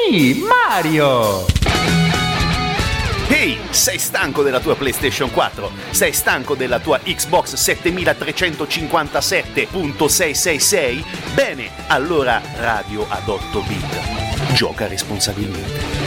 Sì, Mario! Ehi, sei stanco della tua PlayStation 4? Sei stanco della tua Xbox 7357.666? Bene, allora Radio ad 8 bit. Gioca responsabilmente.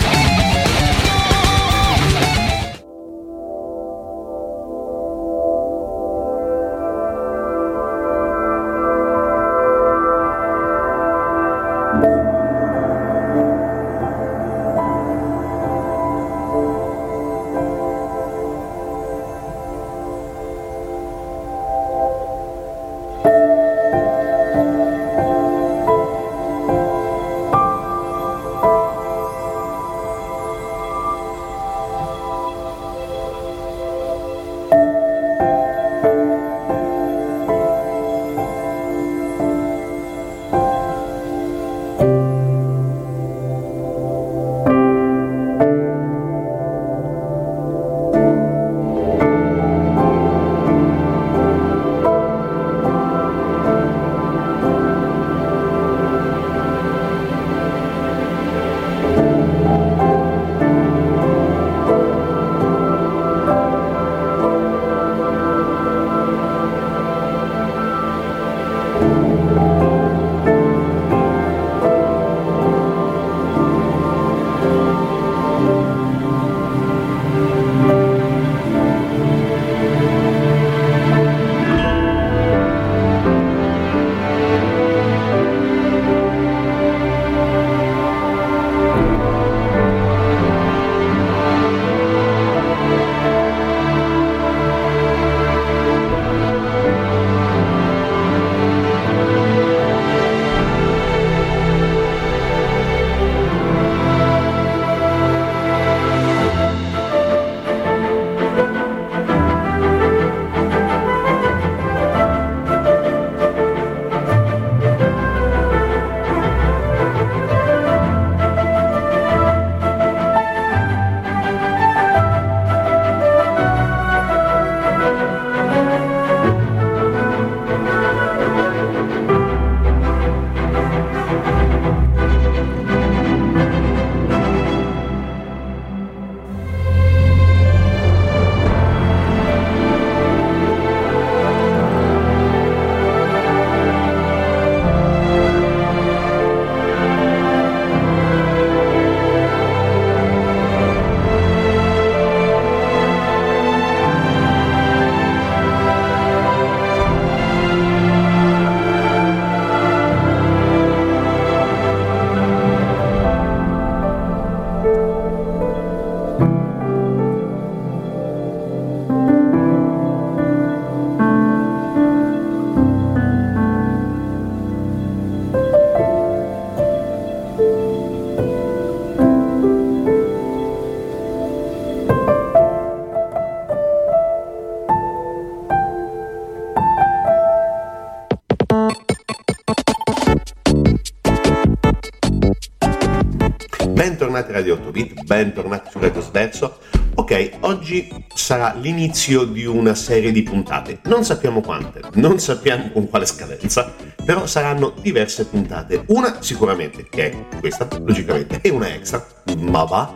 Bentornati a Radio 8 Bit, bentornati su Radio Sverso. Ok, oggi sarà l'inizio di una serie di puntate, non sappiamo quante, non sappiamo con quale scadenza, però saranno diverse puntate. Una sicuramente, che è questa, logicamente, e una extra, ma va,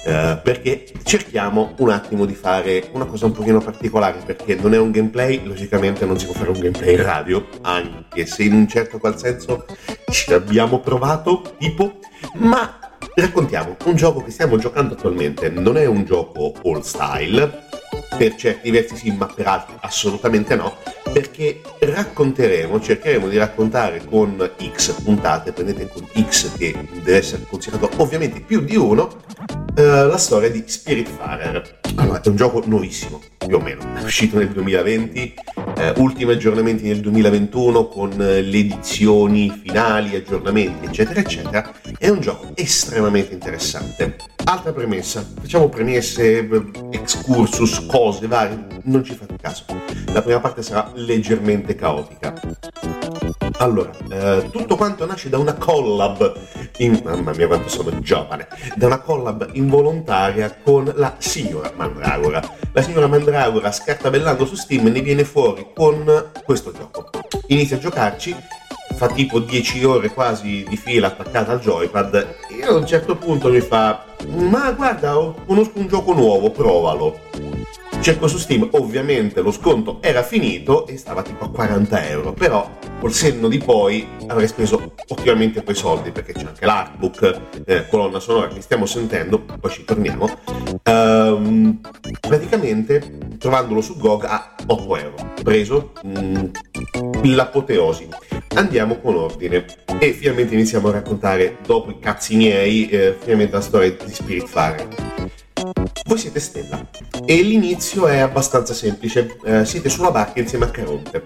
perché cerchiamo un attimo di fare una cosa un pochino particolare, perché non è un gameplay, logicamente non si può fare un gameplay in radio, anche se in un certo qual senso ci abbiamo provato, tipo, ma raccontiamo un gioco che stiamo giocando attualmente. Non è un gioco old style, per certi versi sì, ma per altri assolutamente no, perché cercheremo di raccontare con X puntate, prendete con X che deve essere considerato ovviamente più di uno, la storia di Spiritfarer. Allora, è un gioco nuovissimo, più o meno, è uscito nel 2020, ultimi aggiornamenti nel 2021 con le edizioni finali, aggiornamenti eccetera eccetera. È un gioco estremamente interessante. Altra premessa, facciamo premesse, excursus, cose varie, non ci fate caso. La prima parte sarà leggermente caotica. Allora, tutto quanto nasce da una collab, mamma mia quanto sono giovane, da una collab involontaria con la signora Mandragora. La signora Mandragora, scartabellando su Steam, ne viene fuori con questo gioco. Inizia a giocarci, fa tipo 10 ore quasi di fila attaccata al joypad, e a un certo punto mi fa: ma guarda, conosco un gioco nuovo, provalo. Cerco su Steam, ovviamente lo sconto era finito e stava tipo a 40 euro, però col senno di poi avrei speso ottimamente quei soldi, perché c'è anche l'artbook, colonna sonora che stiamo sentendo, poi ci torniamo. Praticamente trovandolo su GOG a 8 euro, preso l'apoteosi. Andiamo con ordine e finalmente iniziamo a raccontare, dopo i cazzi miei, finalmente la storia di Spiritfarer. Voi siete Stella e l'inizio è abbastanza semplice, siete sulla barca insieme a Caronte.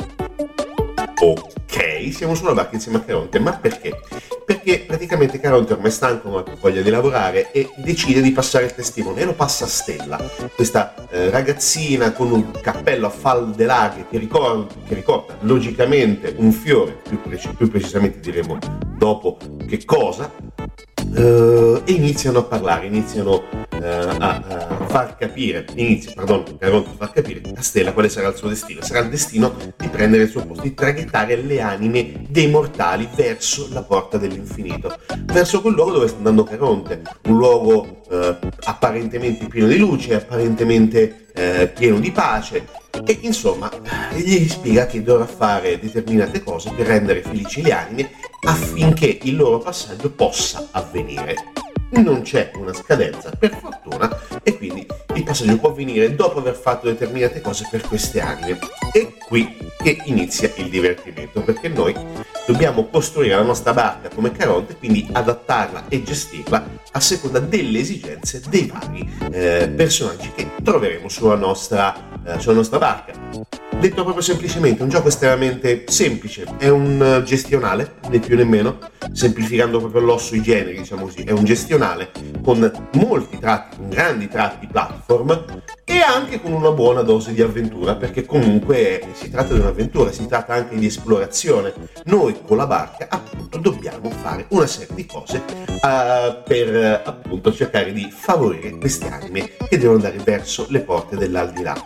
Ok, siamo sulla barca insieme a Caronte, ma perché? Perché praticamente Caronte ormai è stanco, non ha più voglia di lavorare e decide di passare il testimone, e lo passa a Stella, questa ragazzina con un cappello a falde larghe che ricorda logicamente un fiore, più precisamente diremo dopo che cosa. E iniziano a parlare, iniziano a far capire, Caronte a far capire a Stella quale sarà il suo destino. Sarà il destino di prendere il suo posto, di traghettare le anime dei mortali verso la porta dell'infinito, verso quel luogo dove sta andando Caronte, un luogo apparentemente pieno di luce, apparentemente pieno di pace, e insomma gli spiega che dovrà fare determinate cose per rendere felici le anime affinché il loro passaggio possa avvenire. Non c'è una scadenza, per fortuna, e quindi il passaggio può avvenire dopo aver fatto determinate cose per queste anime. E qui che inizia il divertimento, perché noi dobbiamo costruire la nostra barca come Caronte, quindi adattarla e gestirla a seconda delle esigenze dei vari personaggi che troveremo sulla nostra barca. Detto proprio semplicemente, un gioco estremamente semplice, è un gestionale, né più né meno, semplificando proprio l'osso i generi, diciamo così, è un gestionale con molti tratti, con grandi tratti platform e anche con una buona dose di avventura, perché comunque si tratta di un'avventura, si tratta anche di esplorazione. Noi con la barca appunto dobbiamo fare una serie di cose per appunto cercare di favorire queste anime che devono andare verso le porte dell'aldilà.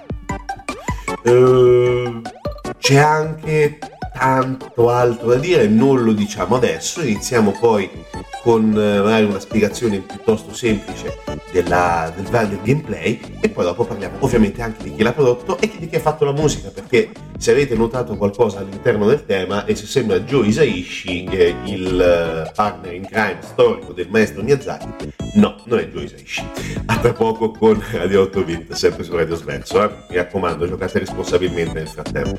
C'è anche tanto altro da dire, non lo diciamo adesso, iniziamo poi con magari una spiegazione piuttosto semplice del gameplay, e poi dopo parliamo ovviamente anche di chi l'ha prodotto e di chi ha fatto la musica, perché se avete notato qualcosa all'interno del tema e se sembra Joe Hisaishi, il partner in crime storico del maestro Miyazaki, no, non è Joe Hisaishi. A tra poco con Radio 8 Bit, sempre su Radio Sverso, mi raccomando, giocate responsabilmente nel frattempo.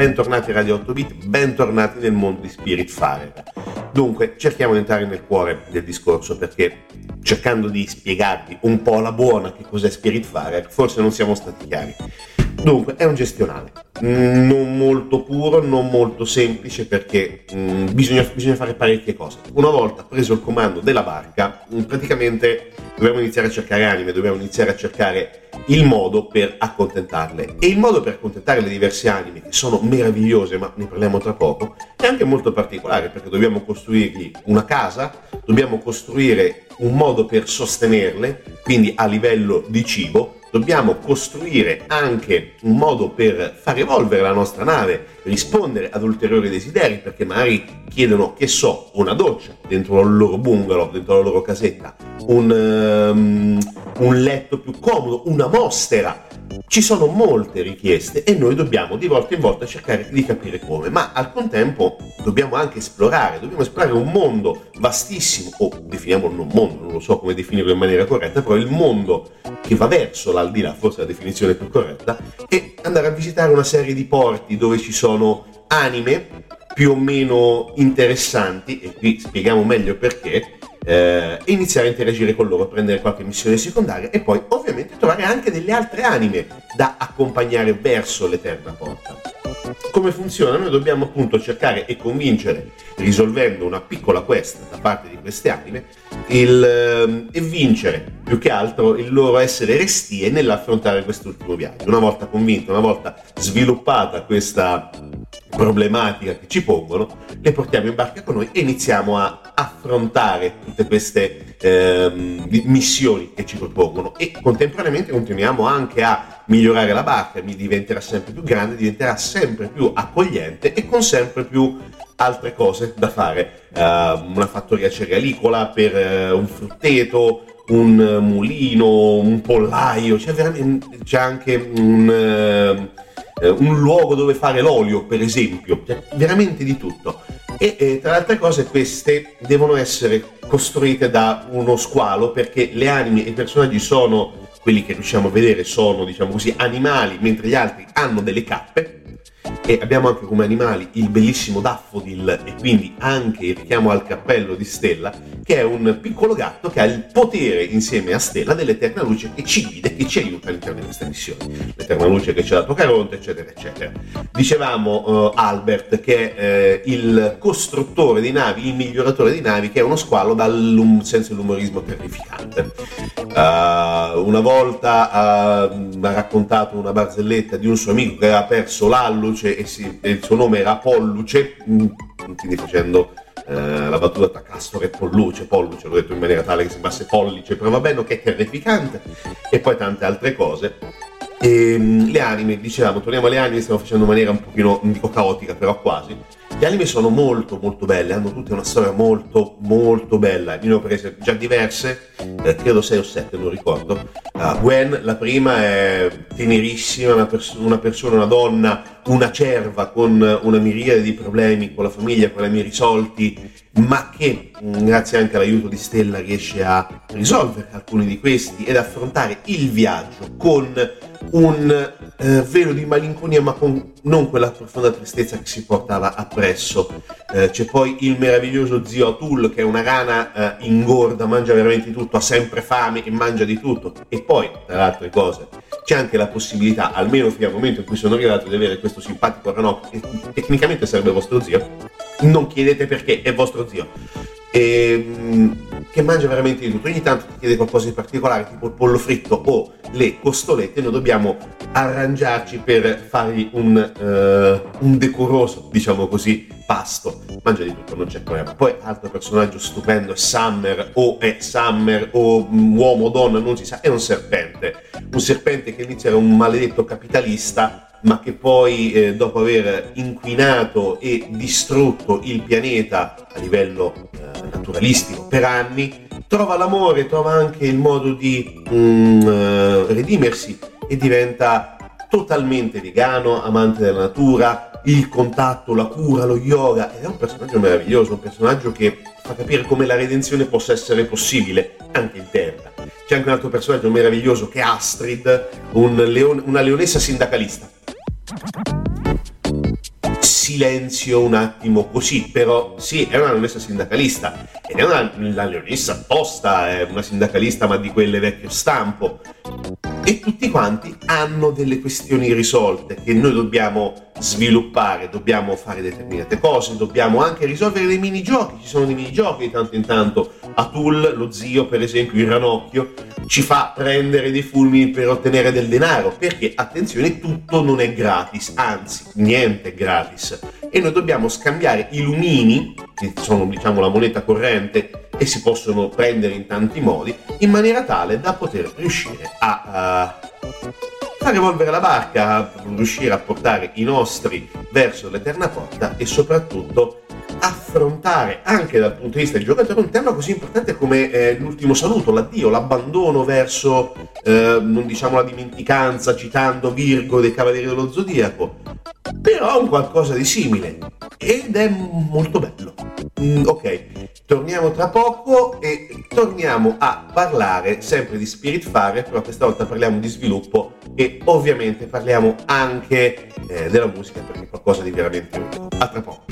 bentornati a Radio 8 Bit, bentornati nel mondo di Spiritfarer. Dunque, cerchiamo di entrare nel cuore del discorso, perché cercando di spiegarvi un po' alla buona che cos'è Spiritfarer, forse non siamo stati chiari. Dunque, è un gestionale, non molto puro, non molto semplice, perché bisogna fare parecchie cose. Una volta preso il comando della barca, praticamente dobbiamo iniziare a cercare anime, dobbiamo iniziare a cercare il modo per accontentarle. E il modo per accontentare le diverse anime, che sono meravigliose, ma ne parliamo tra poco, è anche molto particolare, perché dobbiamo costruirgli una casa, dobbiamo costruire un modo per sostenerle, quindi a livello di cibo, dobbiamo costruire anche un modo per far evolvere la nostra nave, rispondere ad ulteriori desideri, perché magari chiedono, che so, una doccia dentro il loro bungalow, dentro la loro casetta, un letto più comodo, una mostera. Ci sono molte richieste e noi dobbiamo di volta in volta cercare di capire come, ma al contempo dobbiamo anche esplorare un mondo vastissimo, o definiamolo un mondo, non lo so come definirlo in maniera corretta, però il mondo che va verso l'aldilà, forse è la definizione più corretta, e andare a visitare una serie di porti dove ci sono anime più o meno interessanti, e qui spieghiamo meglio perché, e iniziare a interagire con loro, prendere qualche missione secondaria e poi ovviamente trovare anche delle altre anime da accompagnare verso l'eterna porta. Come funziona? Noi dobbiamo appunto cercare e convincere, risolvendo una piccola quest da parte di queste anime, e vincere più che altro il loro essere restie nell'affrontare quest'ultimo viaggio. Una volta convinta, una volta sviluppata questa problematica che ci pongono, le portiamo in barca con noi e iniziamo a affrontare tutte queste missioni che ci propongono, e contemporaneamente continuiamo anche a migliorare la barca, diventerà sempre più grande, diventerà sempre più accogliente e con sempre più altre cose da fare, una fattoria cerealicola per un frutteto, un mulino, un pollaio, c'è anche un luogo dove fare l'olio, per esempio, c'è veramente di tutto. E tra le altre cose, queste devono essere costruite da uno squalo, perché le anime e i personaggi sono, quelli che riusciamo a vedere sono, diciamo così, animali, mentre gli altri hanno delle cappe. E abbiamo anche come animali il bellissimo Daffodil, e quindi anche il richiamo al cappello di Stella, che è un piccolo gatto che ha il potere, insieme a Stella, dell'Eterna Luce, che ci guida e che ci aiuta all'interno di questa missione. L'Eterna Luce che c'è da Pocahontas, eccetera eccetera. Dicevamo Albert, che è il costruttore di navi, il miglioratore di navi, che è uno squalo senza l'umorismo terrificante. Una volta ha raccontato una barzelletta di un suo amico che aveva perso l'alluce e il suo nome era Polluce, quindi facendo la battuta tra Castore e Polluce, l'ho detto in maniera tale che sembrasse pollice, però va bene, che è terrificante, e poi tante altre cose. E le anime, dicevamo, torniamo alle anime, stiamo facendo in maniera un pochino, non dico caotica, però quasi. Le anime sono molto molto belle, hanno tutte una storia molto molto bella. Io ne ho prese già diverse, credo 6 o 7, non ricordo. Gwen, la prima, è tenerissima, una donna, una cerva con una miriade di problemi con la famiglia, problemi irrisolti, ma che grazie anche all'aiuto di Stella riesce a risolvere alcuni di questi ed affrontare il viaggio con un velo di malinconia, ma con non quella profonda tristezza che si portava appresso. C'è poi il meraviglioso zio Atul, che è una rana ingorda, mangia veramente tutto, ha sempre fame e mangia di tutto. E poi, tra le altre cose, c'è anche la possibilità, almeno fino al momento in cui sono arrivato, di avere questo simpatico ranocchio, che tecnicamente sarebbe vostro zio. Non chiedete perché, è vostro zio. Che mangia veramente di tutto. Ogni tanto ti chiede qualcosa di particolare, tipo il pollo fritto o le costolette, noi dobbiamo arrangiarci per fargli un decoroso, diciamo così, pasto. Mangia di tutto, non c'è problema. Poi altro personaggio stupendo è Summer o uomo o donna, non si sa, è un serpente che inizia era un maledetto capitalista, ma che poi dopo aver inquinato e distrutto il pianeta a livello naturalistico per anni, trova l'amore, trova anche il modo di redimersi e diventa totalmente vegano, amante della natura, il contatto, la cura, lo yoga, ed è un personaggio meraviglioso, un personaggio che fa capire come la redenzione possa essere possibile anche in terra. C'è anche un altro personaggio meraviglioso che è Astrid, una leonessa sindacalista. silenzio un attimo così, però sì, è una leonessa sindacalista, ed è una leonessa apposta, è una sindacalista ma di quelle vecchio stampo, e tutti quanti hanno delle questioni risolte che noi dobbiamo sviluppare, dobbiamo fare determinate cose, dobbiamo anche risolvere dei minigiochi. Ci sono dei minigiochi di tanto in tanto. Atul, lo zio per esempio, il ranocchio, ci fa prendere dei fulmini per ottenere del denaro, perché attenzione, tutto non è gratis, anzi niente è gratis, e noi dobbiamo scambiare i lumini, che sono diciamo la moneta corrente e si possono prendere in tanti modi, in maniera tale da poter riuscire a far evolvere la barca, riuscire a portare i nostri verso l'eterna porta e soprattutto affrontare anche dal punto di vista del giocatore un tema così importante come l'ultimo saluto, l'addio, l'abbandono verso non diciamo la dimenticanza, citando Virgo dei Cavalieri dello Zodiaco, però un qualcosa di simile, ed è molto bello. Ok, torniamo tra poco e torniamo a parlare sempre di Spiritfarer, però questa volta parliamo di sviluppo e ovviamente parliamo anche della musica, perché è qualcosa di veramente unico. A tra poco.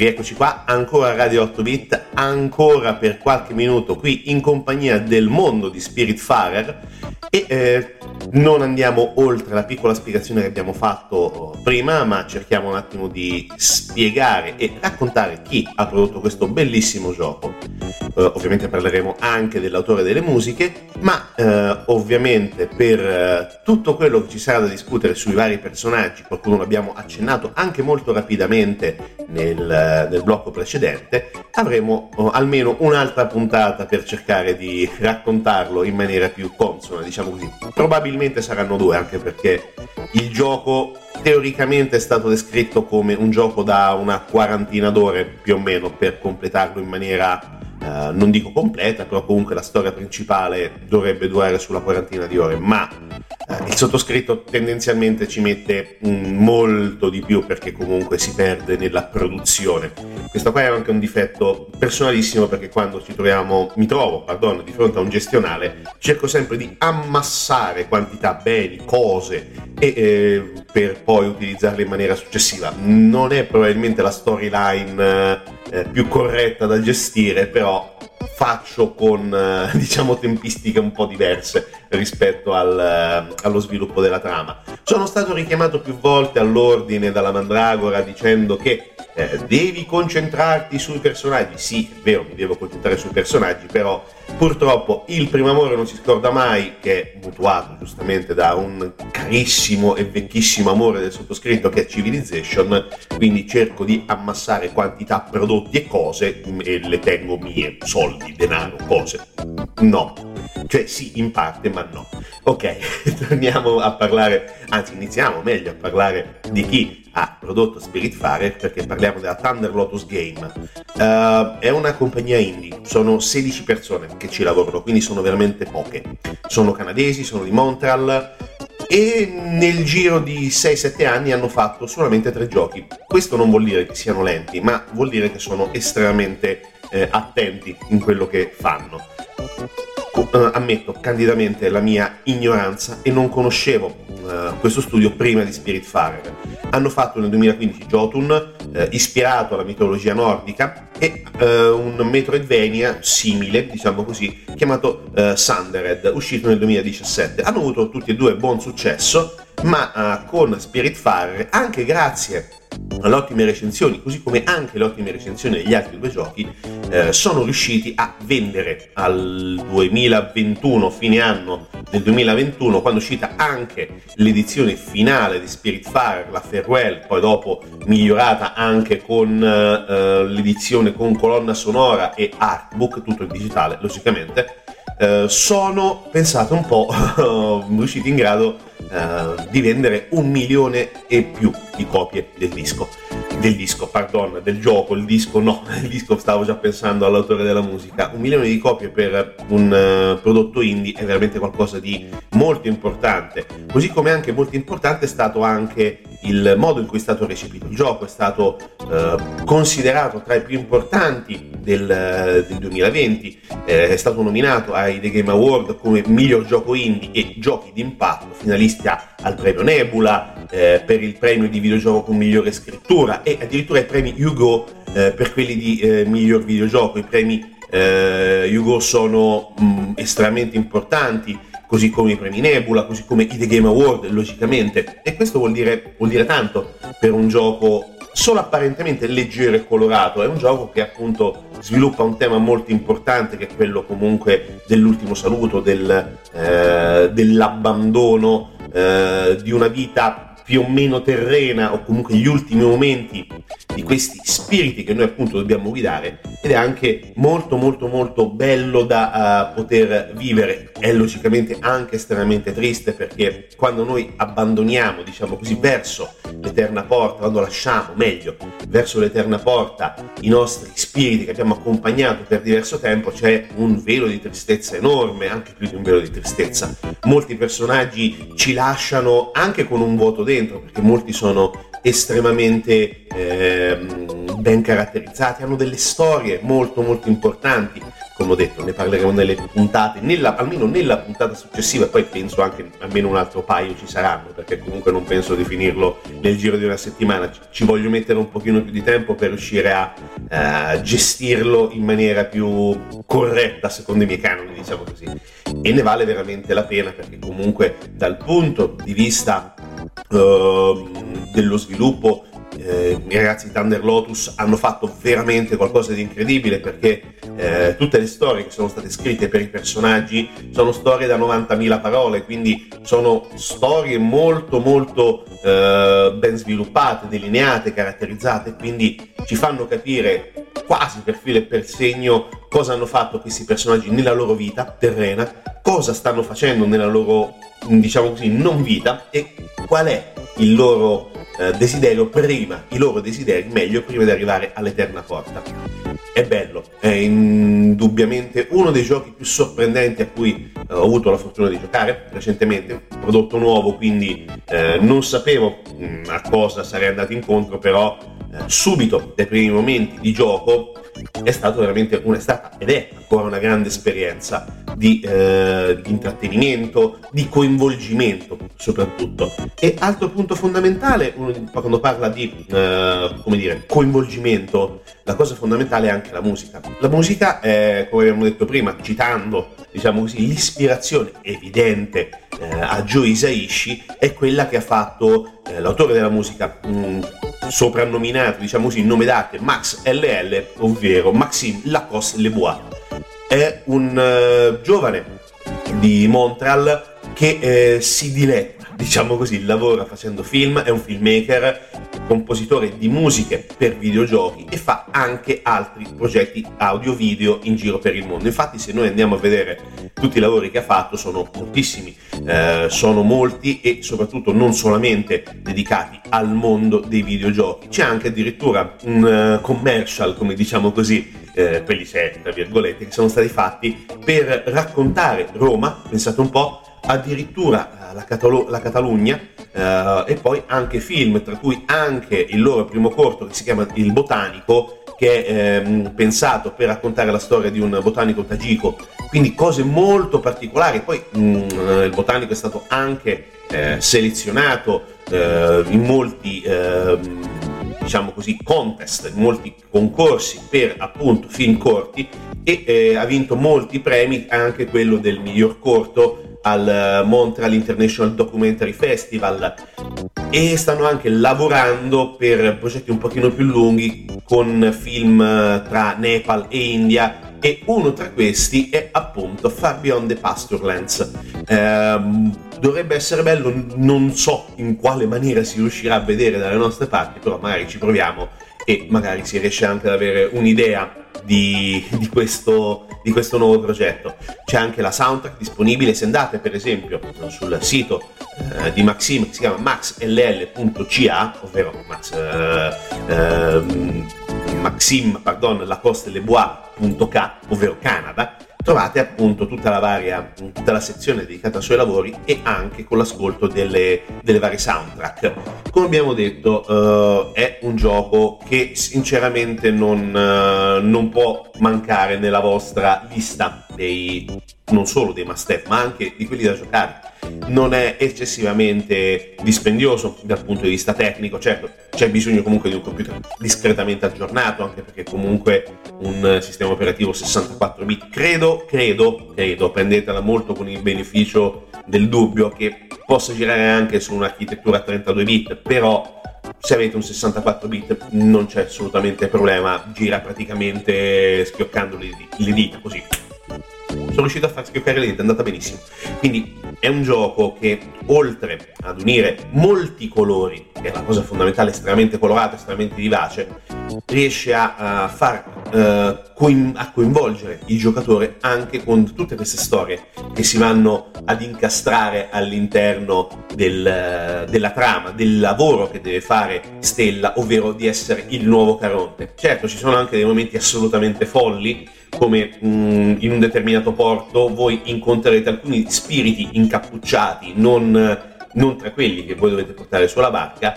Rieccoci qua, ancora a Radio 8 Bit, ancora per qualche minuto qui in compagnia del mondo di Spiritfarer e non andiamo oltre la piccola spiegazione che abbiamo fatto prima, ma cerchiamo un attimo di spiegare e raccontare chi ha prodotto questo bellissimo gioco. Ovviamente parleremo anche dell'autore delle musiche, ma ovviamente per tutto quello che ci sarà da discutere sui vari personaggi, qualcuno l'abbiamo accennato anche molto rapidamente nel blocco precedente, avremo almeno un'altra puntata per cercare di raccontarlo in maniera più consona, diciamo così. Probabilmente saranno 2, anche perché il gioco teoricamente è stato descritto come un gioco da una quarantina d'ore più o meno per completarlo in maniera non dico completa, però comunque la storia principale dovrebbe durare sulla quarantina di ore, ma il sottoscritto tendenzialmente ci mette molto di più perché comunque si perde nella produzione. Questo qua è anche un difetto personalissimo, perché quando mi trovo di fronte a un gestionale, cerco sempre di ammassare quantità, beni, cose e per poi utilizzarle in maniera successiva. Non è probabilmente la storyline più corretta da gestire, però faccio con diciamo tempistiche un po' diverse rispetto allo sviluppo della trama. Sono stato richiamato più volte all'ordine dalla Mandragora dicendo che devi concentrarti sui personaggi. Sì, è vero, mi devo concentrare sui personaggi, però purtroppo il primo amore non si scorda mai, che è mutuato giustamente da un carissimo e vecchissimo amore del sottoscritto che è Civilization, quindi cerco di ammassare quantità, prodotti e cose e le tengo mie, soldi, denaro, cose. No, cioè sì, in parte, ma no. Ok, torniamo a parlare, anzi iniziamo meglio a parlare di chi ha prodotto Spiritfarer, perché parliamo della Thunder Lotus Game. È una compagnia indie, sono 16 persone che ci lavorano, quindi sono veramente poche. Sono canadesi, sono di Montreal e nel giro di 6-7 anni hanno fatto solamente 3 giochi. Questo non vuol dire che siano lenti, ma vuol dire che sono estremamente attenti in quello che fanno. Ammetto candidamente la mia ignoranza e non conoscevo questo studio prima di Spiritfarer. Hanno fatto nel 2015 Jotun, ispirato alla mitologia nordica, e un Metroidvania simile, diciamo così, chiamato Sundered, uscito nel 2017. Hanno avuto tutti e due buon successo, ma con Spiritfarer, anche grazie alle ottime recensioni, così come anche le ottime recensioni degli altri 2 giochi, sono riusciti a vendere al 2021, fine anno del 2021, quando è uscita anche l'edizione finale di Spiritfarer, la Farewell, poi dopo migliorata anche con l'edizione con colonna sonora e artbook, tutto in digitale logicamente. Sono, pensate un po', riusciti in grado di vendere 1 milione e più di copie del gioco. Il disco, stavo già pensando all'autore della musica. 1 milione di copie per un prodotto indie è veramente qualcosa di molto importante, così come anche molto importante è stato anche il modo in cui è stato recepito il gioco. È stato considerato tra i più importanti del 2020, è stato nominato ai The Game Award come miglior gioco indie e giochi d'impatto, finalista al premio Nebula, per il premio di videogioco con migliore scrittura e addirittura i premi Hugo per quelli di miglior videogioco. I premi Hugo sono estremamente importanti, così come i premi Nebula, così come i The Game Award logicamente, e questo vuol dire tanto per un gioco solo apparentemente leggero e colorato. È un gioco che appunto sviluppa un tema molto importante, che è quello comunque dell'ultimo saluto, dell'abbandono di una vita più o meno terrena, o comunque gli ultimi momenti di questi spiriti che noi appunto dobbiamo guidare, ed è anche molto molto molto bello da poter vivere. È logicamente anche estremamente triste, perché quando noi abbandoniamo, diciamo così, verso l'eterna porta, quando lasciamo, meglio, verso l'eterna porta i nostri spiriti che abbiamo accompagnato per diverso tempo, c'è un velo di tristezza enorme, anche più di un velo di tristezza. Molti personaggi ci lasciano anche con un vuoto dentro, perché molti sono estremamente ben caratterizzati, hanno delle storie molto molto importanti, come ho detto, ne parleremo nelle puntate, almeno nella puntata successiva, poi penso anche almeno un altro paio ci saranno, perché comunque non penso di finirlo nel giro di una settimana, ci voglio mettere un pochino più di tempo per riuscire a gestirlo in maniera più corretta secondo i miei canoni, diciamo così, e ne vale veramente la pena, perché comunque dal punto di vista dello sviluppo i ragazzi di Thunder Lotus hanno fatto veramente qualcosa di incredibile, perché tutte le storie che sono state scritte per i personaggi sono storie da 90.000 parole, quindi sono storie molto molto ben sviluppate, delineate, caratterizzate, quindi ci fanno capire quasi per filo e per segno cosa hanno fatto questi personaggi nella loro vita terrena, cosa stanno facendo nella loro, diciamo così, non vita, e qual è il loro desiderio prima, i loro desideri meglio prima di arrivare all'eterna porta. È bello, è indubbiamente uno dei giochi più sorprendenti a cui ho avuto la fortuna di giocare recentemente, un prodotto nuovo, quindi non sapevo a cosa sarei andato incontro, però subito dai primi momenti di gioco è stata ed è ancora una grande esperienza di intrattenimento, di coinvolgimento soprattutto. E altro punto fondamentale, quando parla di coinvolgimento, la cosa fondamentale è anche la musica. La musica è, come abbiamo detto prima, citando diciamo così l'ispirazione evidente a Joe Hisaishi, è quella che ha fatto l'autore della musica, soprannominato, diciamo così, in nome d'arte Max LL, ovvero Maxime Lacoste-Lebois. È un giovane di Montreal che si diletta, diciamo così, lavora facendo film, è un filmmaker, compositore di musiche per videogiochi e fa anche altri progetti audio-video in giro per il mondo. Infatti, se noi andiamo a vedere tutti i lavori che ha fatto, sono moltissimi, sono molti e soprattutto non solamente dedicati al mondo dei videogiochi. C'è anche addirittura un commercial, come diciamo così, quelli seri, tra virgolette, che sono stati fatti per raccontare Roma, pensate un po', addirittura la Catalogna, e poi anche film, tra cui anche il loro primo corto che si chiama Il Botanico, che è pensato per raccontare la storia di un botanico tagico, quindi cose molto particolari. Poi il Botanico è stato anche selezionato in molti diciamo così contest, in molti concorsi per appunto film corti, e ha vinto molti premi, anche quello del miglior corto al Montreal International Documentary Festival, e stanno anche lavorando per progetti un pochino più lunghi con film tra Nepal e India, e uno tra questi è appunto Far Beyond the Pasturelands. Dovrebbe essere bello, non so in quale maniera si riuscirà a vedere dalle nostre parti, però magari ci proviamo e magari si riesce anche ad avere un'idea di questo nuovo progetto. C'è anche la soundtrack disponibile, se andate per esempio sul sito di Maxime, che si chiama maxll.ca, ovvero Maxime Lacoste-Lebois.ca, ovvero Canada, trovate appunto tutta la sezione dedicata ai suoi lavori e anche con l'ascolto delle varie soundtrack. Come abbiamo detto, è un gioco che sinceramente non può mancare nella vostra lista non solo dei must have, ma anche di quelli da giocare. Non è eccessivamente dispendioso dal punto di vista tecnico, certo c'è bisogno comunque di un computer discretamente aggiornato, anche perché comunque un sistema operativo 64 bit credo, prendetela molto con il beneficio del dubbio, che possa girare anche su un'architettura 32 bit, però se avete un 64 bit non c'è assolutamente problema, gira praticamente schioccando le dita così. Sono riuscito a far schioccare le dita, è andata benissimo. Quindi è un gioco che, oltre ad unire molti colori, che è la cosa fondamentale, estremamente colorato, estremamente vivace, riesce a coinvolgere il giocatore anche con tutte queste storie che si vanno ad incastrare all'interno della trama, del lavoro che deve fare Stella, ovvero di essere il nuovo Caronte. Certo, ci sono anche dei momenti assolutamente folli, come in un determinato porto voi incontrerete alcuni spiriti incappucciati, non tra quelli che voi dovete portare sulla barca, che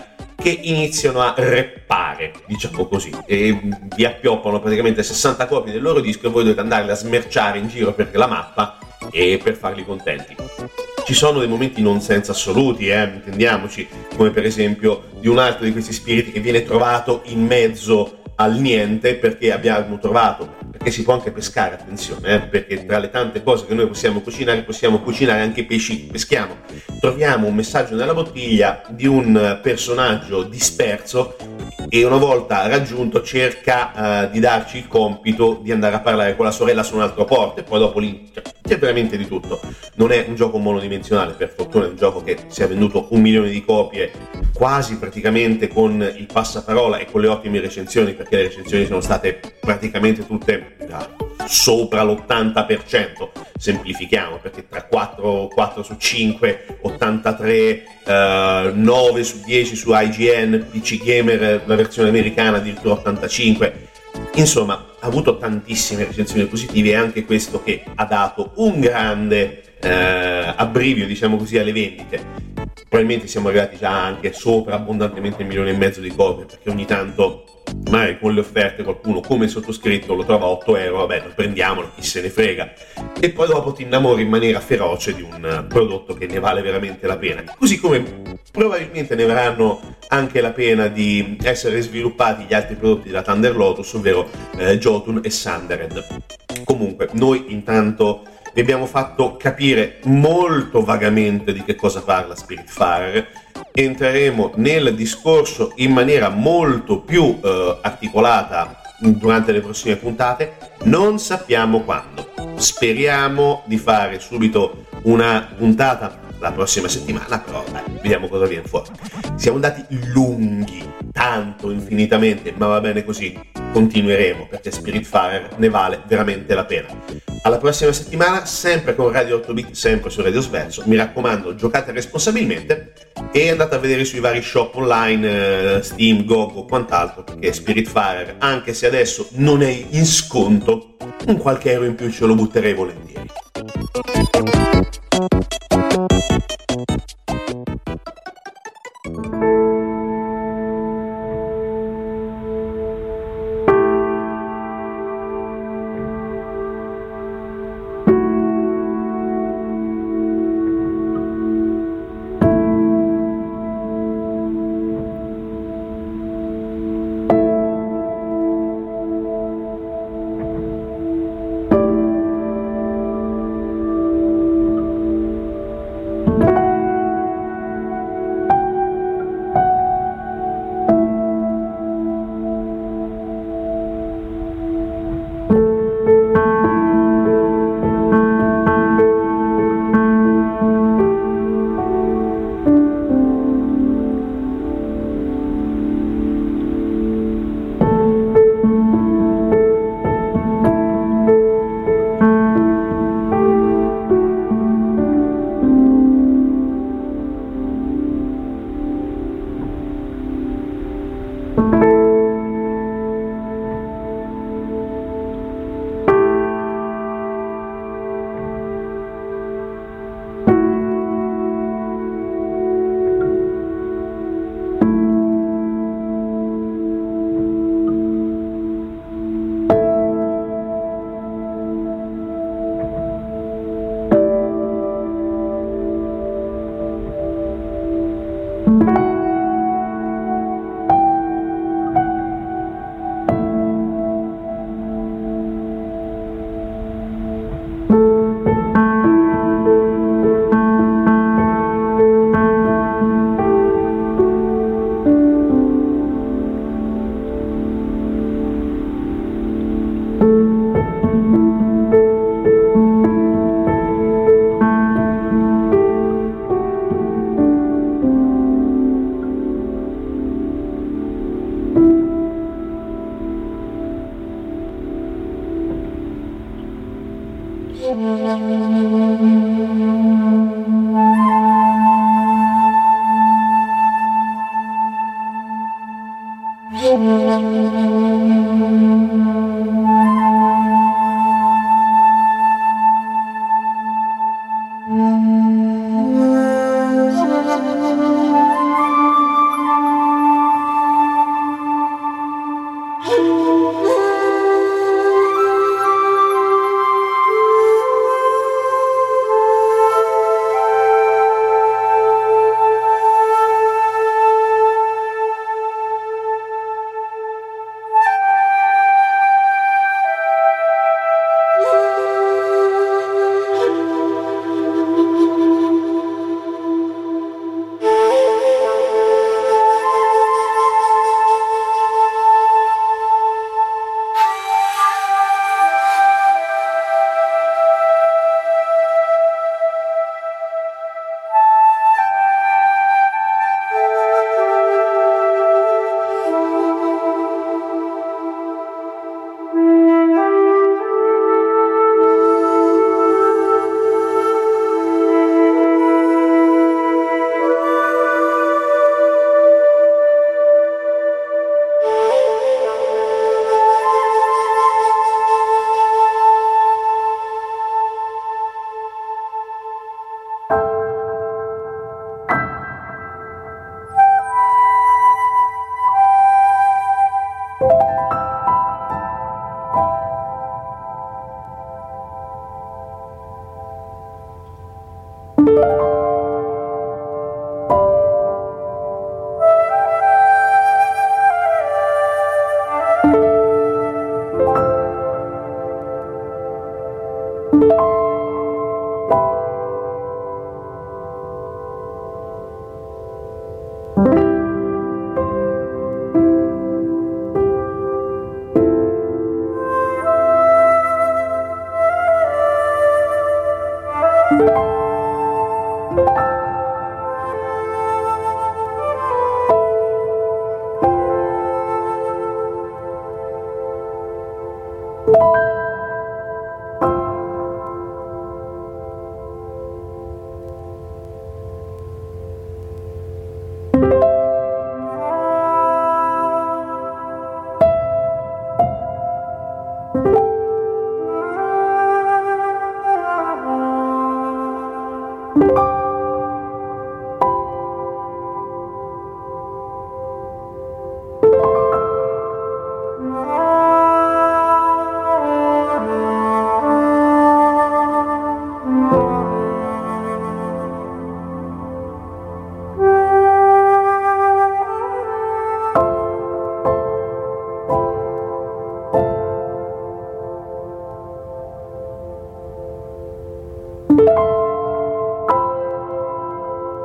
che iniziano a reppare, diciamo così, e vi appioppano praticamente 60 copie del loro disco e voi dovete andarle a smerciare in giro per la mappa e per farli contenti. Ci sono dei momenti non senza assoluti, intendiamoci, come per esempio di un altro di questi spiriti che viene trovato in mezzo al niente perché abbiamo trovato, perché si può anche pescare, attenzione, perché tra le tante cose che noi possiamo cucinare anche i pesci che peschiamo. Troviamo un messaggio nella bottiglia di un personaggio disperso e una volta raggiunto cerca di darci il compito di andare a parlare con la sorella su un altro porto e poi dopo lì c'è veramente di tutto. Non è un gioco monodimensionale, per fortuna è un gioco che si è venduto 1 milione di copie quasi praticamente con il passaparola e con le ottime recensioni, perché le recensioni sono state praticamente tutte sopra l'80%, semplifichiamo, perché tra 4 su 5, 83, 9 su 10 su IGN, PC Gamer, la versione americana addirittura 85, insomma ha avuto tantissime recensioni positive e anche questo che ha dato un grande abbrivio, diciamo così, alle vendite. Probabilmente siamo arrivati già anche sopra abbondantemente 1,5 milioni di copie, perché ogni tanto magari con le offerte qualcuno come il sottoscritto lo trova a 8 euro, vabbè, lo prendiamolo, chi se ne frega, e poi dopo ti innamori in maniera feroce di un prodotto che ne vale veramente la pena, così come probabilmente ne varranno anche la pena di essere sviluppati gli altri prodotti della Thunder Lotus, ovvero Jotun e Sundered. Comunque noi intanto vi abbiamo fatto capire molto vagamente di che cosa parla Spiritfarer. Entreremo nel discorso in maniera molto più articolata durante le prossime puntate, non sappiamo quando. Speriamo di fare subito una puntata la prossima settimana, però dai, vediamo cosa viene fuori. Siamo andati lunghi, tanto, infinitamente, ma va bene così, continueremo perché Spiritfarer ne vale veramente la pena. Alla prossima settimana, sempre con Radio 8bit, sempre su Radio Sverso. Mi raccomando, giocate responsabilmente e andate a vedere sui vari shop online, Steam, GOG o quant'altro, perché Spiritfarer, anche se adesso non è in sconto, un qualche euro in più ce lo butterei volentieri.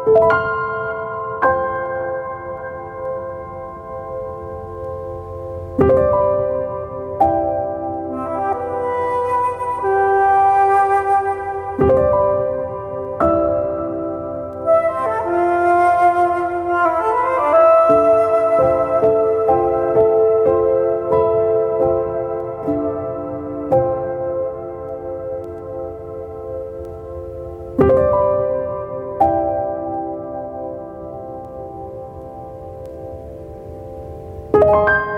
you.